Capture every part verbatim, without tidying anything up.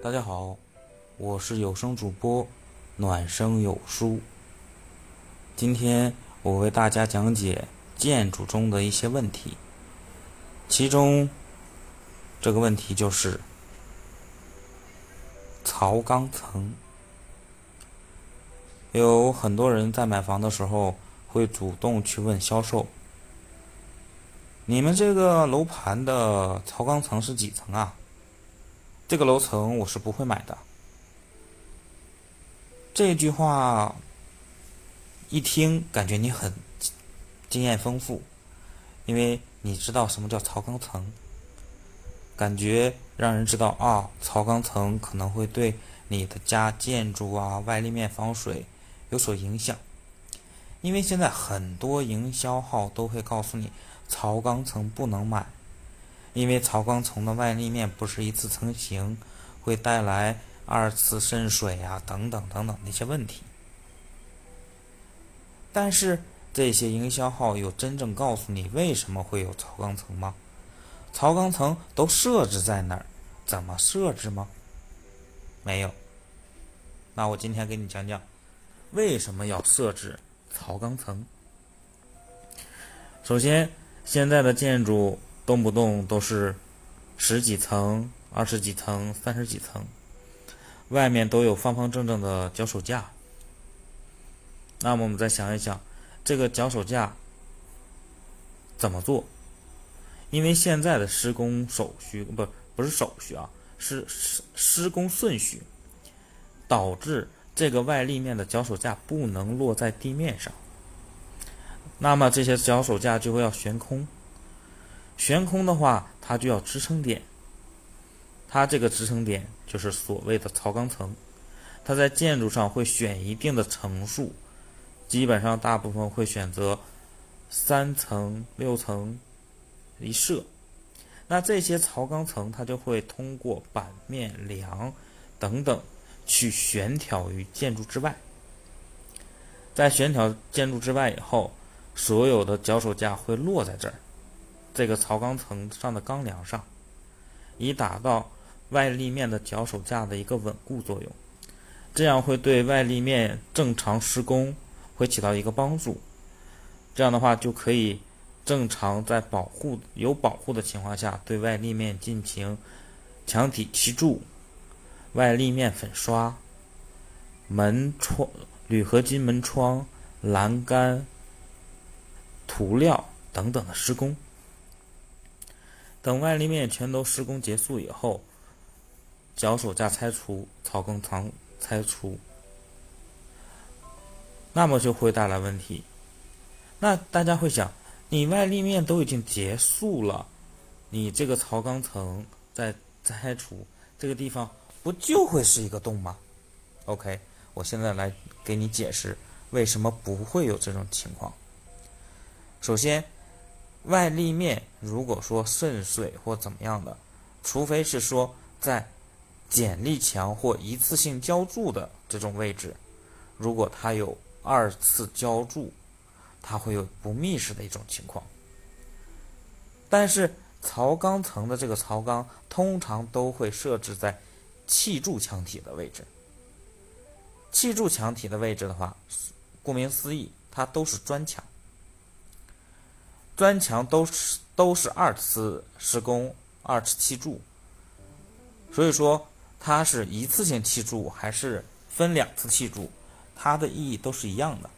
大家好，我是有声主播暖声有书。今天我为大家讲解建筑中的一些问题，其中这个问题就是槽钢层。有很多人在买房的时候会主动去问销售，你们这个楼盘的槽钢层是几层啊？这个楼层我是不会买的。这句话一听感觉你很经验丰富，因为你知道什么叫槽钢层，感觉让人知道啊，槽钢层可能会对你的家建筑啊、外立面防水有所影响。因为现在很多营销号都会告诉你槽钢层不能买，因为槽钢层的外立面不是一次成型，会带来二次渗水啊等等等等那些问题。但是这些营销号有真正告诉你为什么会有槽钢层吗？槽钢层都设置在哪儿？怎么设置吗？没有。那我今天给你讲讲为什么要设置槽钢层。首先，现在的建筑动不动都是十几层、二十几层、三十几层，外面都有方方正正的脚手架。那么我们再想一想，这个脚手架怎么做？因为现在的施工手续不不是手续啊，是施施工顺序，导致这个外立面的脚手架不能落在地面上。那么这些脚手架就会要悬空，悬空的话，它就要支撑点，它这个支撑点就是所谓的槽钢层。它在建筑上会选一定的层数，基本上大部分会选择三层、六层一设。那这些槽钢层它就会通过板面、梁等等去悬挑于建筑之外。在悬挑建筑之外以后，所有的脚手架会落在这儿，这个槽钢层上的钢梁上，以达到外立面的脚手架的一个稳固作用。这样会对外立面正常施工会起到一个帮助。这样的话就可以正常在保护有保护的情况下，对外立面进行墙体砌筑、外立面粉刷、门窗、铝合金门窗、栏杆、涂料等等的施工。等外立面全都施工结束以后，脚手架拆除，槽钢层拆除，那么就会带来问题。那大家会想，你外立面都已经结束了，你这个槽钢层再拆除，这个地方不就会是一个洞吗？ OK， 我现在来给你解释为什么不会有这种情况。首先，外立面如果说渗水或怎么样的，除非是说在剪力墙或一次性浇筑的这种位置，如果它有二次浇筑，它会有不密实的一种情况。但是槽钢层的这个槽钢通常都会设置在砌筑墙体的位置。砌筑墙体的位置的话，顾名思义，它都是砖墙。砖墙都是都是二次施工、二次砌筑，所以说它是一次性砌筑还是分两次砌筑，它的意义都是一样的。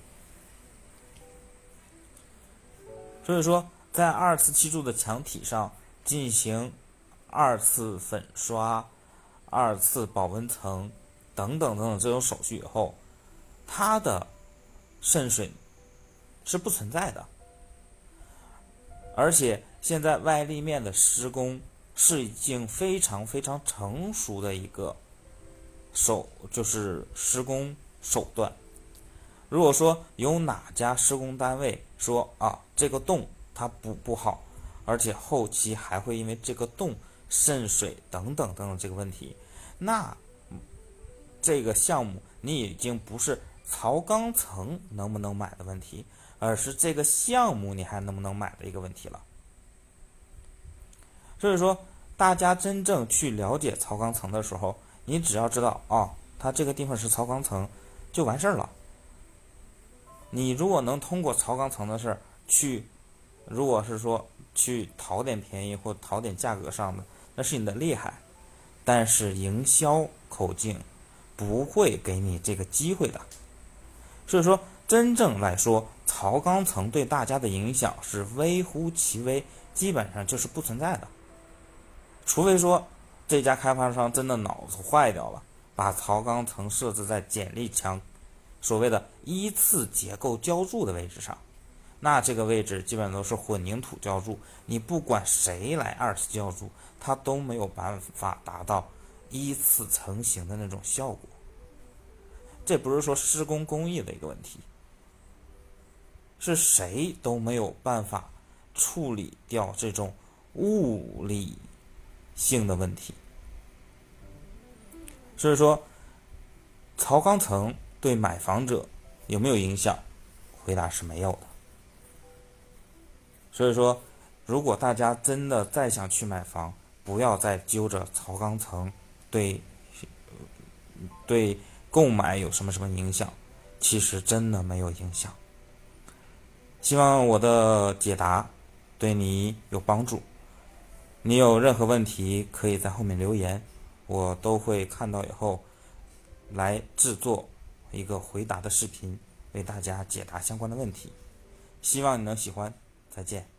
所以说，在二次砌筑的墙体上进行二次粉刷、二次保温层等等等等这种手续以后，它的渗水是不存在的。而且现在外立面的施工是已经非常非常成熟的一个手，就是施工手段。如果说有哪家施工单位说啊，这个洞它补不好，而且后期还会因为这个洞渗水等等等等这个问题，那这个项目你已经不是槽钢层能不能买的问题，而是这个项目你还能不能买的一个问题了。所以说大家真正去了解槽钢层的时候， 你只要知道哦，它这个地方是槽钢层，就完事儿了。你如果能通过槽钢层的事儿去，如果是说去讨点便宜或讨点价格上的，那是你的厉害。但是营销口径不会给你这个机会的。所以说，真正来说，槽钢层对大家的影响是微乎其微，基本上就是不存在的。除非说这家开发商真的脑子坏掉了，把槽钢层设置在剪力墙所谓的依次结构浇筑的位置上，那这个位置基本上都是混凝土浇筑，你不管谁来二次浇筑，它都没有办法达到依次成型的那种效果。这不是说施工工艺的一个问题，是谁都没有办法处理掉这种物理性的问题。所以说，槽钢层对买房者有没有影响？回答是没有的。所以说，如果大家真的再想去买房，不要再揪着槽钢层对对购买有什么什么影响，其实真的没有影响。希望我的解答对你有帮助。你有任何问题可以在后面留言，我都会看到以后来制作一个回答的视频，为大家解答相关的问题。希望你能喜欢，再见。